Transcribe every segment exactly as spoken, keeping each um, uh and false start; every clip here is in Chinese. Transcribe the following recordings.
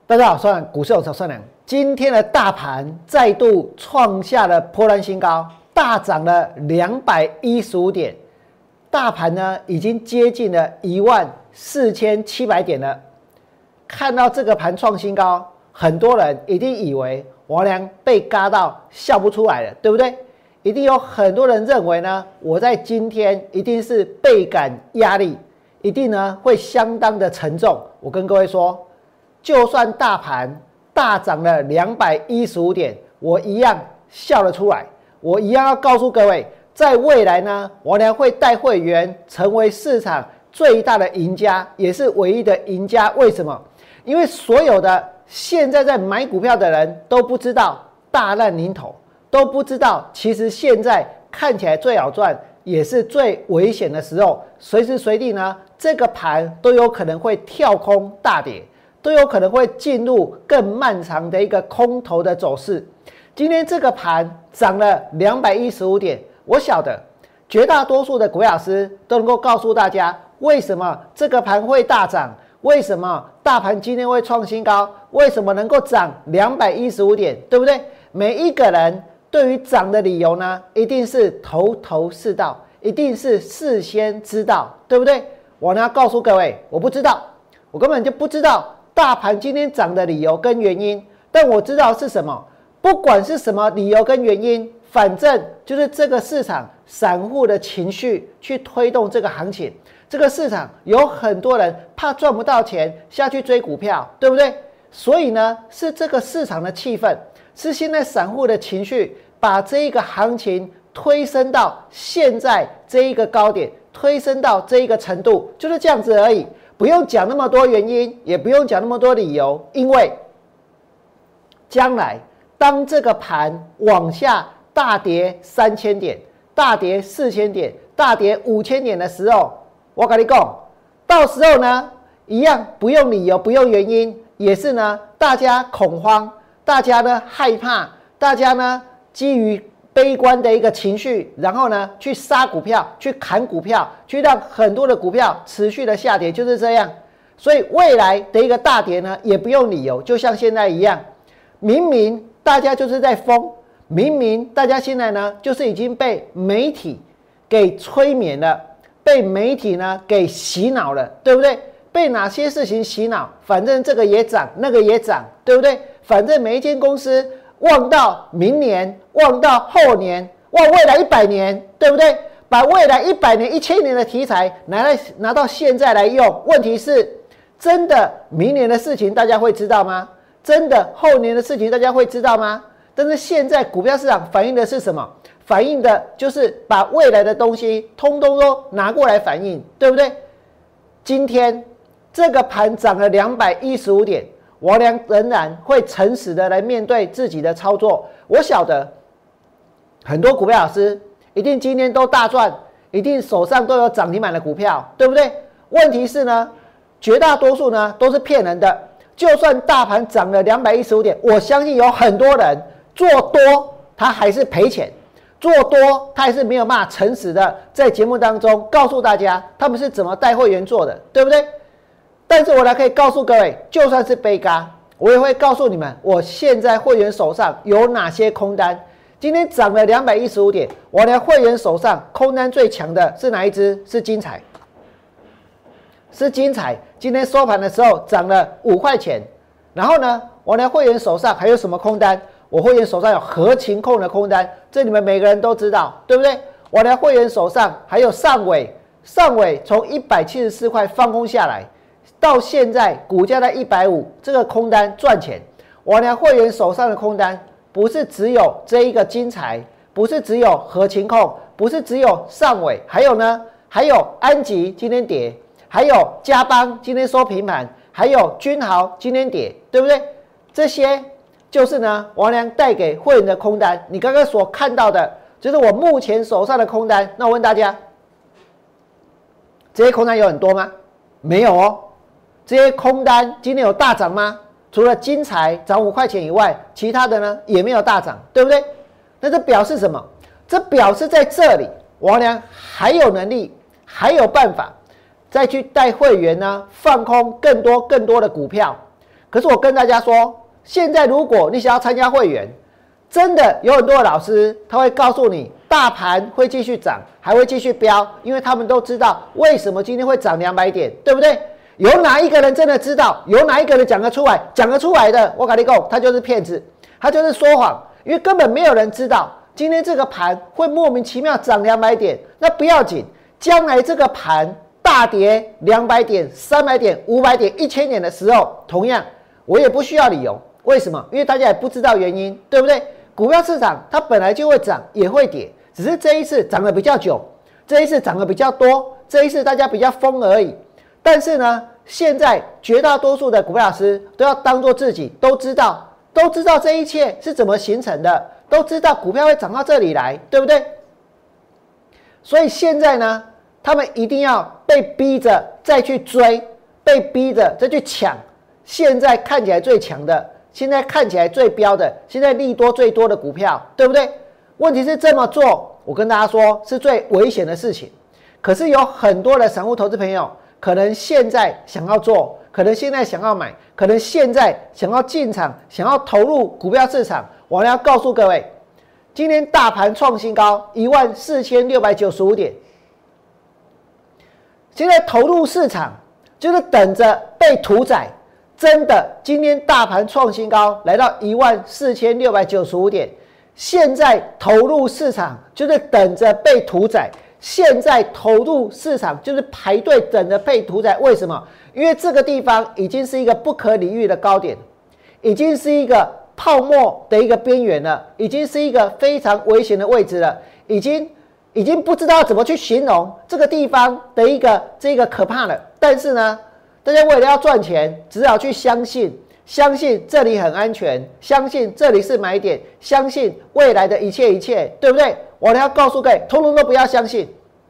大家好，我是股市有手算良。今天的大盘再度创下了波段新高，大涨了两百一十五点，大盘呢已经接近了一万四千七百点了。看到这个盘创新高，很多人一定以为王良被嘎到笑不出来了，对不对？一定有很多人认为呢，我在今天一定是倍感压力，一定呢会相当的沉重。我跟各位说，就算大盘大涨了两百一十五点，我一样笑得出来。我一样要告诉各位，在未来呢，王良会带会员成为市场最大的赢家，也是唯一的赢家。为什么？因为所有的现在在买股票的人都不知道大难临头，都不知道其实现在看起来最好赚，也是最危险的时候。随时随地呢，这个盘都有可能会跳空大跌，都有可能会进入更漫长的一个空头的走势。今天这个盘涨了两百一十五点，我晓得绝大多数的股票老师都能够告诉大家，为什么这个盘会大涨，为什么大盘今天会创新高，为什么能够涨两百一十五点，对不对？每一个人对于涨的理由呢，一定是头头是道，一定是事先知道，对不对？我呢要告诉各位，我不知道，我根本就不知道大盘今天涨的理由跟原因，但我知道是什么。不管是什么理由跟原因，反正就是这个市场散户的情绪去推动这个行情。这个市场有很多人怕赚不到钱下去追股票，对不对？所以呢，是这个市场的气氛，是现在散户的情绪，把这一个行情推升到现在这一个高点，推升到这一个程度，就是这样子而已。不用讲那么多原因，也不用讲那么多理由，因为将来当这个盘往下大跌三千点、大跌四千点、大跌五千点的时候，我跟你讲，到时候呢，一样不用理由，不用原因，也是呢，大家恐慌，大家呢害怕，大家呢基于悲观的一个情绪，然后呢去杀股票，去砍股票，去让很多的股票持续的下跌，就是这样。所以未来的一个大跌呢，也不用理由，就像现在一样，明明大家就是在疯，明明大家现在呢就是已经被媒体给催眠了，被媒体呢给洗脑了，对不对？被哪些事情洗脑？反正这个也涨，那个也涨，对不对？反正每一间公司望到明年，望到后年，望未来一百年，对不对？把未来一百年、一千年的题材拿来拿到现在来用。问题是，真的明年的事情大家会知道吗？真的后年的事情大家会知道吗？但是现在股票市场反映的是什么？反映的就是把未来的东西通通都拿过来反映，对不对？今天这个盘涨了两百一十五点，王良仍然会诚实的来面对自己的操作。我晓得很多股票老师一定今天都大赚，一定手上都有涨停板的股票，对不对？问题是呢，绝大多数呢都是骗人的。就算大盘涨了两百一十五点，我相信有很多人做多他还是赔钱，做多他还是没有办法诚实的在节目当中告诉大家他们是怎么带会员做的，对不对？但是我来可以告诉各位，就算是被嘎，我也会告诉你们，我现在会员手上有哪些空单。今天涨了两百一十五点，我的会员手上空单最强的是哪一只？是精彩，是精彩。今天收盘的时候涨了五块钱。然后呢，我的会员手上还有什么空单？我会员手上有合勤控的空单，这你们每个人都知道，对不对？我的会员手上还有上尾，上尾从一百七十四块放空下来，到现在股价在一百五，这个空单赚钱。我的会员手上的空单不是只有这一个精彩，不是只有合勤控，不是只有上尾，还有呢，还有安吉今天跌，还有嘉邦今天收平盘，还有君豪今天跌，对不对？这些就是呢，王良带给会员的空单。你刚刚所看到的，就是我目前手上的空单。那我问大家，这些空单有很多吗？没有哦。这些空单今天有大涨吗？除了精彩涨五块钱以外，其他的呢也没有大涨，对不对？那这表示什么？这表示在这里，王良还有能力，还有办法再去带会员呢放空更多更多的股票。 可是我跟大家说，现在如果你想要参加会员，真的有很多的老师他会告诉你，大盘会继续涨，还会继续飙，因为他们都知道为什么今天会涨两百点，对不对？有哪一个人真的知道？有哪一个人讲得出来？讲得出来的，我跟你讲，他就是骗子，他就是说谎，因为根本没有人知道今天这个盘会莫名其妙涨两百点。那不要紧，将来这个盘大跌两百点、三百点、五百点、一千点的时候，同样我也不需要理由。为什么？因为大家也不知道原因，对不对？股票市场它本来就会涨，也会跌，只是这一次涨得比较久，这一次涨得比较多，这一次大家比较疯而已。但是呢，现在绝大多数的股票老师都要当做自己都知道，都知道这一切是怎么形成的，都知道股票会涨到这里来，对不对？所以现在呢，他们一定要被逼着再去追，被逼着再去抢。现在看起来最强的，现在看起来最标的，现在利多最多的股票，对不对？问题是这么做，我跟大家说是最危险的事情。可是有很多的散户投资朋友，可能现在想要做，可能现在想要买，可能现在想要进场，想要投入股票市场。我要告诉各位，今天大盘创新高一万四千六百九十五点，现在投入市场就是等着被屠宰。真的，今天大盘创新高，来到一万四千六百九十五点。现在投入市场就是等着被屠宰，现在投入市场就是排队等着被屠宰。为什么？因为这个地方已经是一个不可理喻的高点，已经是一个泡沫的一个边缘了，已经是一个非常危险的位置了，已经已经不知道怎么去形容这个地方的一个这个可怕了。但是呢，大家为了要赚钱，只好去相信，相信这里很安全，相信这里是买点，相信未来的一切一切，对不对？我要告诉各位，通通都不要相信。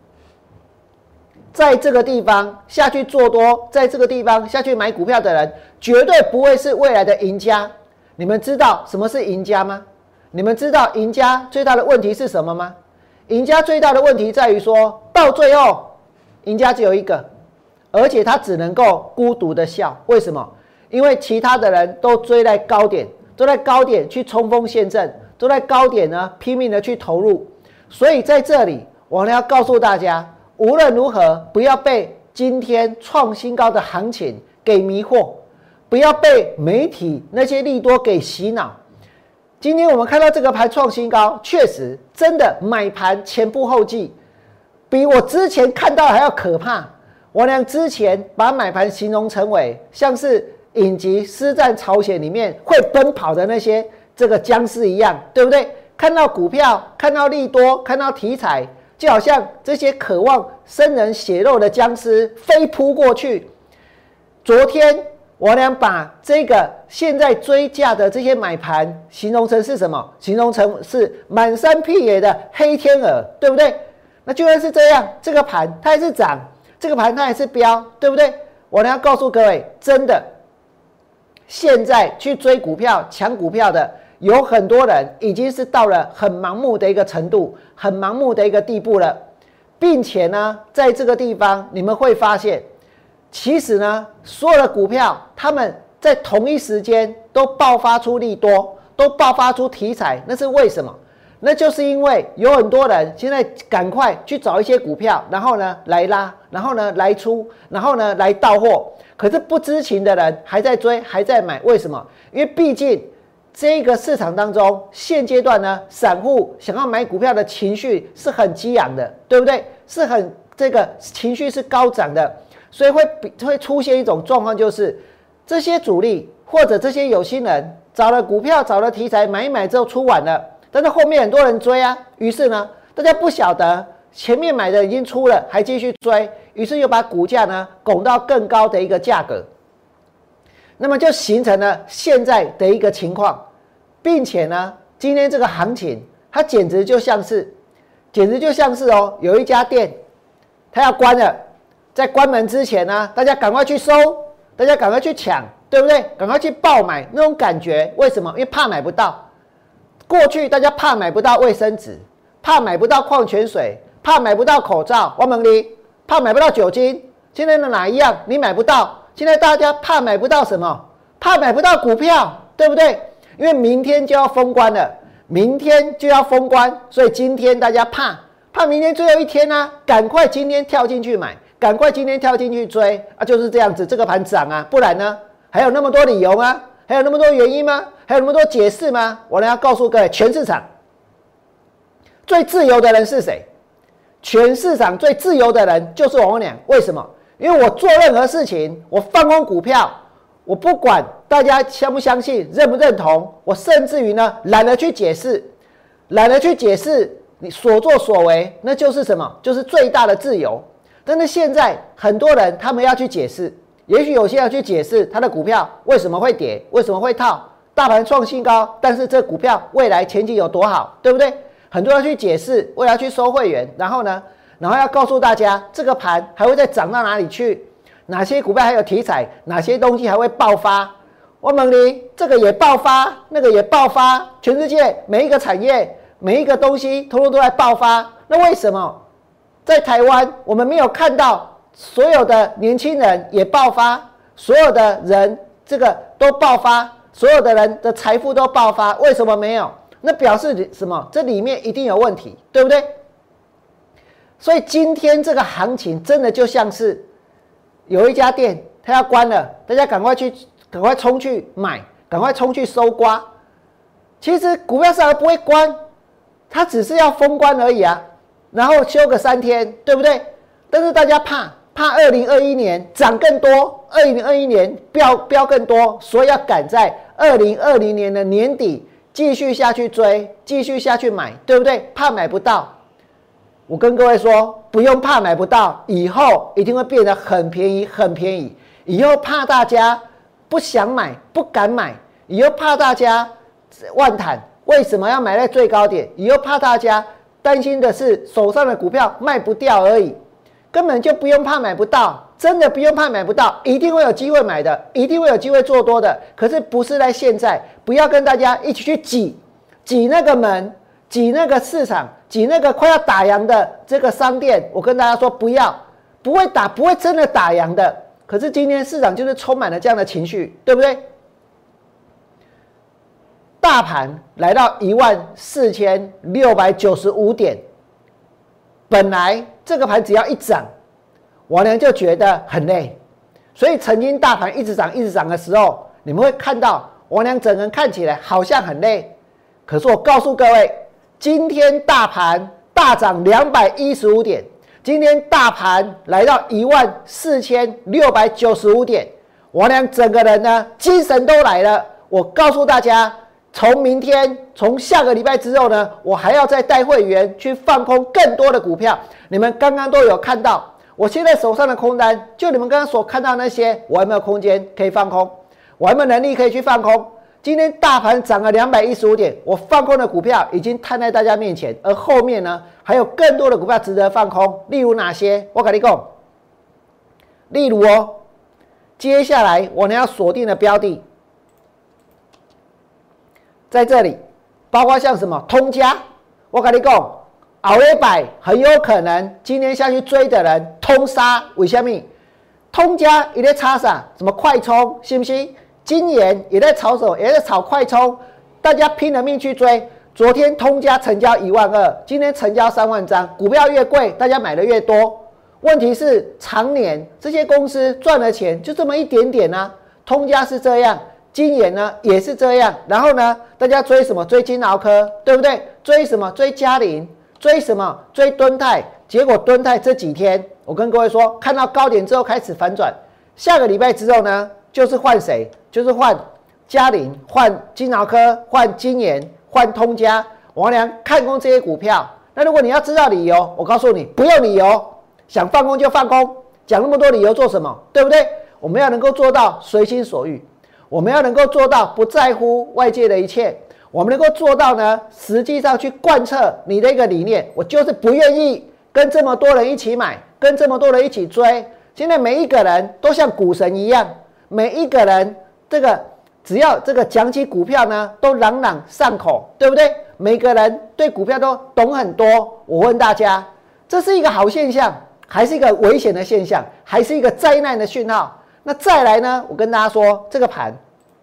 在这个地方下去做多，在这个地方下去买股票的人，绝对不会是未来的赢家。你们知道什么是赢家吗？你们知道赢家最大的问题是什么吗？赢家最大的问题在于说，到最后，赢家只有一个。而且他只能够孤独的笑，为什么？因为其他的人都追在高点，都在高点去冲锋陷阵，都在高点呢拼命的去投入。所以在这里，我呢要告诉大家，无论如何不要被今天创新高的行情给迷惑，不要被媒体那些利多给洗脑。今天我们看到这个盘创新高，确实真的买盘前仆后继，比我之前看到还要可怕。我俩之前把买盘形容成为像是影集《师战朝鲜》里面会奔跑的那些这个僵尸一样，对不对？看到股票，看到利多，看到题材，就好像这些渴望生人血肉的僵尸飞扑过去。昨天我俩把这个现在追价的这些买盘形容成是什么？形容成是满山遍野的黑天鹅，对不对？那就算是这样，这个盘它还是涨。这个盘它还是飙，对不对？我呢要告诉各位，真的，现在去追股票、抢股票的，有很多人已经是到了很盲目的一个程度，很盲目的一个地步了，并且呢，在这个地方你们会发现，其实呢，所有的股票，他们在同一时间都爆发出利多，都爆发出题材，那是为什么？那就是因为有很多人现在赶快去找一些股票，然后呢来拉，然后呢来出，然后呢来到货。可是不知情的人还在追，还在买，为什么？因为毕竟这个市场当中，现阶段呢，散户想要买股票的情绪是很激昂的，对不对？是很这个情绪是高涨的，所以会会出现一种状况，就是这些主力或者这些有心人找了股票，找了题材，买一买之后出完了。但是后面很多人追啊，于是呢，大家不晓得前面买的已经出了，还继续追，于是又把股价呢拱到更高的一个价格，那么就形成了现在的一个情况，并且呢，今天这个行情它简直就像是，简直就像是哦，有一家店它要关了，在关门之前呢，大家赶快去收，大家赶快去抢，对不对？赶快去爆买那种感觉，为什么？因为怕买不到。过去大家怕买不到卫生纸，怕买不到矿泉水，怕买不到口罩，我问你，怕买不到酒精。现在的哪一样你买不到？现在大家怕买不到什么？ 怕买不到股票，对不对？因为明天就要封关了，明天就要封关，所以今天大家怕怕明天最后一天啊，赶快今天跳进去买，赶快今天跳进去追啊，就是这样子，这个盘涨啊，不然呢还有那么多理由吗？还有那么多原因吗？还有那么多解释吗？我呢要告诉各位，全市场最自由的人是谁？全市场最自由的人就是王文良。为什么？因为我做任何事情，我放空股票，我不管大家相不相信、认不认同，我甚至于呢懒得去解释，懒得去解释你所作所为，那就是什么？就是最大的自由。但是现在很多人他们要去解释，也许有些人去解释他的股票为什么会跌，为什么会套，大盘创新高，但是这股票未来前景有多好，对不对？很多人去解释，为了去收会员，然后呢，然后要告诉大家这个盘还会再涨到哪里去，哪些股票还有题材，哪些东西还会爆发。我问你，这个也爆发，那个也爆发，全世界每一个产业、每一个东西，通通都在爆发。那为什么在台湾我们没有看到所有的年轻人也爆发，所有的人这个都爆发，所有的人的财富都爆发？为什么没有？那表示什么？这里面一定有问题，对不对？所以今天这个行情真的就像是有一家店它要关了，大家赶快去赶快冲去买，赶快冲去搜刮。其实股票市场不会关，它只是要封关而已啊，然后休个三天，对不对？但是大家怕怕二零二一年涨更多，二零二一年飙飙更多，所以要赶在二零二零年的年底继续下去追，继续下去买，对不对？怕买不到。我跟各位说，不用怕买不到，以后一定会变得很便宜，很便宜。以后怕大家不想买，不敢买，以后怕大家万坦为什么要买在最高点？以后怕大家担心的是手上的股票卖不掉而已，根本就不用怕买不到，真的不用怕买不到，一定会有机会买的，一定会有机会做多的。可是不是在现在，不要跟大家一起去挤挤那个门，挤那个市场，挤那个快要打烊的这个商店。我跟大家说，不要，不会打，不会真的打烊的。可是今天市场就是充满了这样的情绪，对不对？大盘来到一万四千六百九十五点，本来这个盘只要一涨，我呢就觉得很累，所以曾经大盘一直涨一直涨的时候，你们会看到我俩整个人看起来好像很累。可是我告诉各位，今天大盘大涨两百一十五点，今天大盘来到一万四千六百九十五点，我俩整个人呢精神都来了。我告诉大家，从明天从下个礼拜之后呢，我还要再带会员去放空更多的股票。你们刚刚都有看到，我现在手上的空单，就你们刚刚所看到那些，我有没有空间可以放空？我有没有能力可以去放空？今天大盘涨了两百一十五点，我放空的股票已经摊在大家面前，而后面呢还有更多的股票值得放空。例如哪些？我跟你讲，例如哦，接下来我们要锁定的标的在这里，包括像什么通家，我跟你讲，后礼拜很有可能今天下去追的人通杀。为什么？通家也在炒啥？什么快充，是不是？今年也在炒什么？也在炒快充，大家拼了命去追。昨天通家成交一万二，今天成交三万张，股票越贵，大家买的越多。问题是常年这些公司赚的钱就这么一点点啊。通家是这样，今年呢也是这样。然后呢，大家追什么？追金豪科，对不对？追什么？追嘉陵，追什么？追敦泰。结果敦泰这几天，我跟各位说，看到高点之后开始反转，下个礼拜之后呢，就是换谁？就是换嘉陵，换金豪科，换金研，换通家。王良看空这些股票。那如果你要知道理由，我告诉你，不用理由，想放空就放空，讲那么多理由做什么？对不对？我们要能够做到随心所欲，我们要能够做到不在乎外界的一切，我们能够做到呢，实际上去贯彻你的一个理念。我就是不愿意跟这么多人一起买，跟这么多人一起追。现在每一个人都像股神一样，每一个人这个只要这个讲起股票呢，都朗朗上口，对不对？每个人对股票都懂很多。我问大家，这是一个好现象，还是一个危险的现象，还是一个灾难的讯号？那再来呢，我跟大家说，这个盘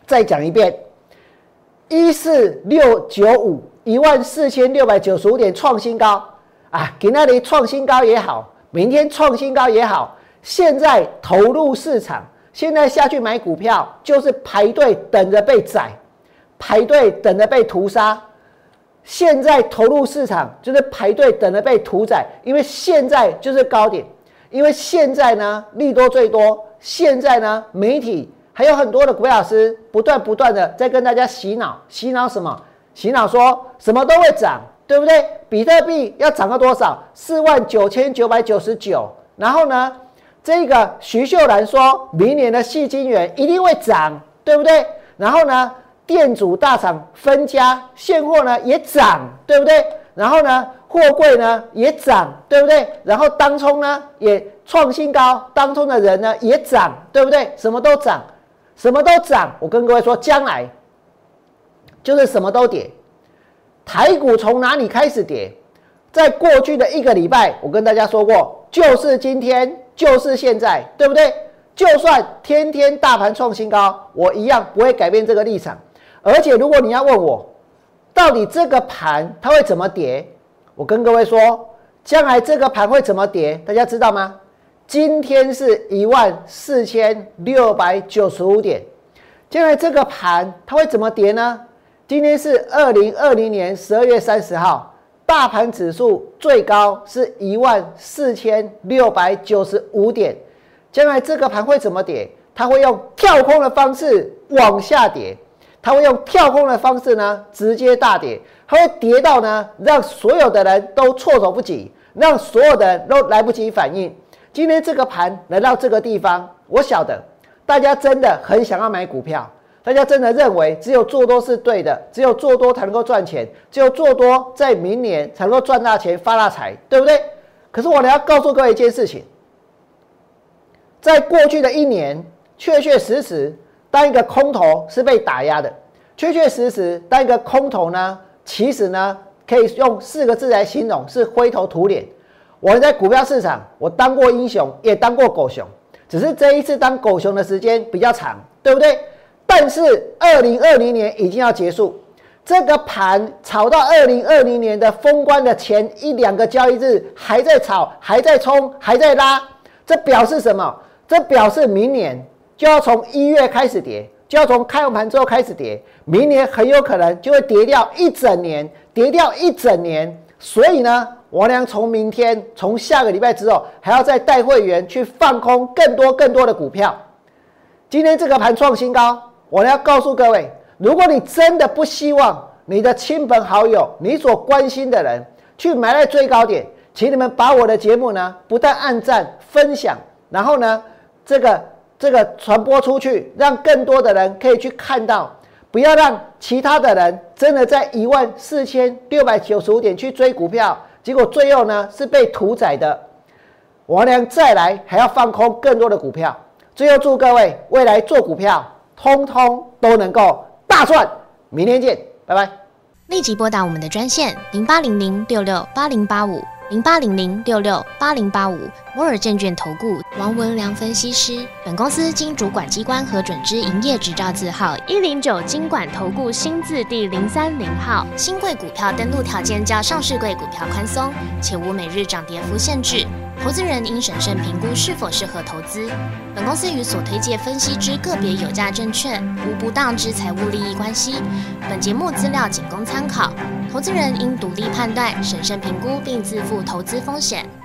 再讲一遍，一四六九五一万四千六百九十五点创新高啊！给那里创新高也好，明天创新高也好，现在投入市场，现在下去买股票就是排队等着被宰，排队等着被屠杀。现在投入市场就是排队等着被屠宰，因为现在就是高点，因为现在呢利多最多，现在呢媒体还有很多的股票老师不断不断的在跟大家洗脑，洗脑什么？洗脑说什么都会涨，对不对？比特币要涨到多少？四万九千九百九十九。然后呢，这个徐秀兰说明年的矽晶圆一定会涨，对不对？然后呢？电阻大厂分家，现货呢也涨，对不对？然后呢，货柜呢也涨，对不对？然后当冲呢也创新高，当冲的人呢也涨，对不对？什么都涨，什么都涨。我跟各位说，将来就是什么都跌。台股从哪里开始跌？在过去的一个礼拜，我跟大家说过，就是今天，就是现在，对不对？就算天天大盘创新高，我一样不会改变这个立场。而且，如果你要问我，到底这个盘它会怎么跌？我跟各位说，将来这个盘会怎么跌？大家知道吗？今天是一万四千六百九十五点，将来这个盘它会怎么跌呢？今天是二零二零年十二月三十号，大盘指数最高是一万四千六百九十五点，将来这个盘会怎么跌？它会用跳空的方式往下跌。它会用跳空的方式呢，直接大跌，它会跌到呢，让所有的人都措手不及，让所有的人都来不及反应。今天这个盘来到这个地方，我晓得大家真的很想要买股票，大家真的认为只有做多是对的，只有做多才能够赚钱，只有做多在明年才能够赚大钱发大财，对不对？可是我要告诉各位一件事情，在过去的一年，确确实实。当一个空头是被打压的，确确实实，当一个空头呢，其实呢，可以用四个字来形容，是灰头土脸。我在股票市场，我当过英雄，也当过狗熊，只是这一次当狗熊的时间比较长，对不对？但是二零二零年已经要结束，这个盘炒到二零二零年的封关的前一两个交易日，还在炒，还在冲，还在拉，这表示什么？这表示明年。就要从一月开始跌，就要从开完盘之后开始跌，明年很有可能就会跌掉一整年，跌掉一整年。所以呢，我俩从明天，从下个礼拜之后，还要再带会员去放空更多更多的股票。今天这个盘创新高，我要告诉各位，如果你真的不希望你的亲朋好友、你所关心的人去买在最高点，请你们把我的节目呢，不但按赞分享，然后呢，这个。这个传播出去，让更多的人可以去看到，不要让其他的人真的在一万四千六百九十五点去追股票，结果最后呢是被屠宰的。我俩再来还要放空更多的股票，最后祝各位未来做股票，通通都能够大赚。明天见，拜拜。 立即拨打我们的专线零八零零六六八零八五。零八零零六六八零八五摩尔证券投顾王文良分析师，本公司经主管机关核准之营业执照字号一零九金管投顾新字第零三零号。新贵股票登录条件较上市贵股票宽松，且无每日涨跌幅限制。投资人应审慎评估是否适合投资。本公司与所推介分析之个别有价证券无不当之财务利益关系。本节目资料仅供参考，投资人应独立判断、审慎评估并自负投资风险。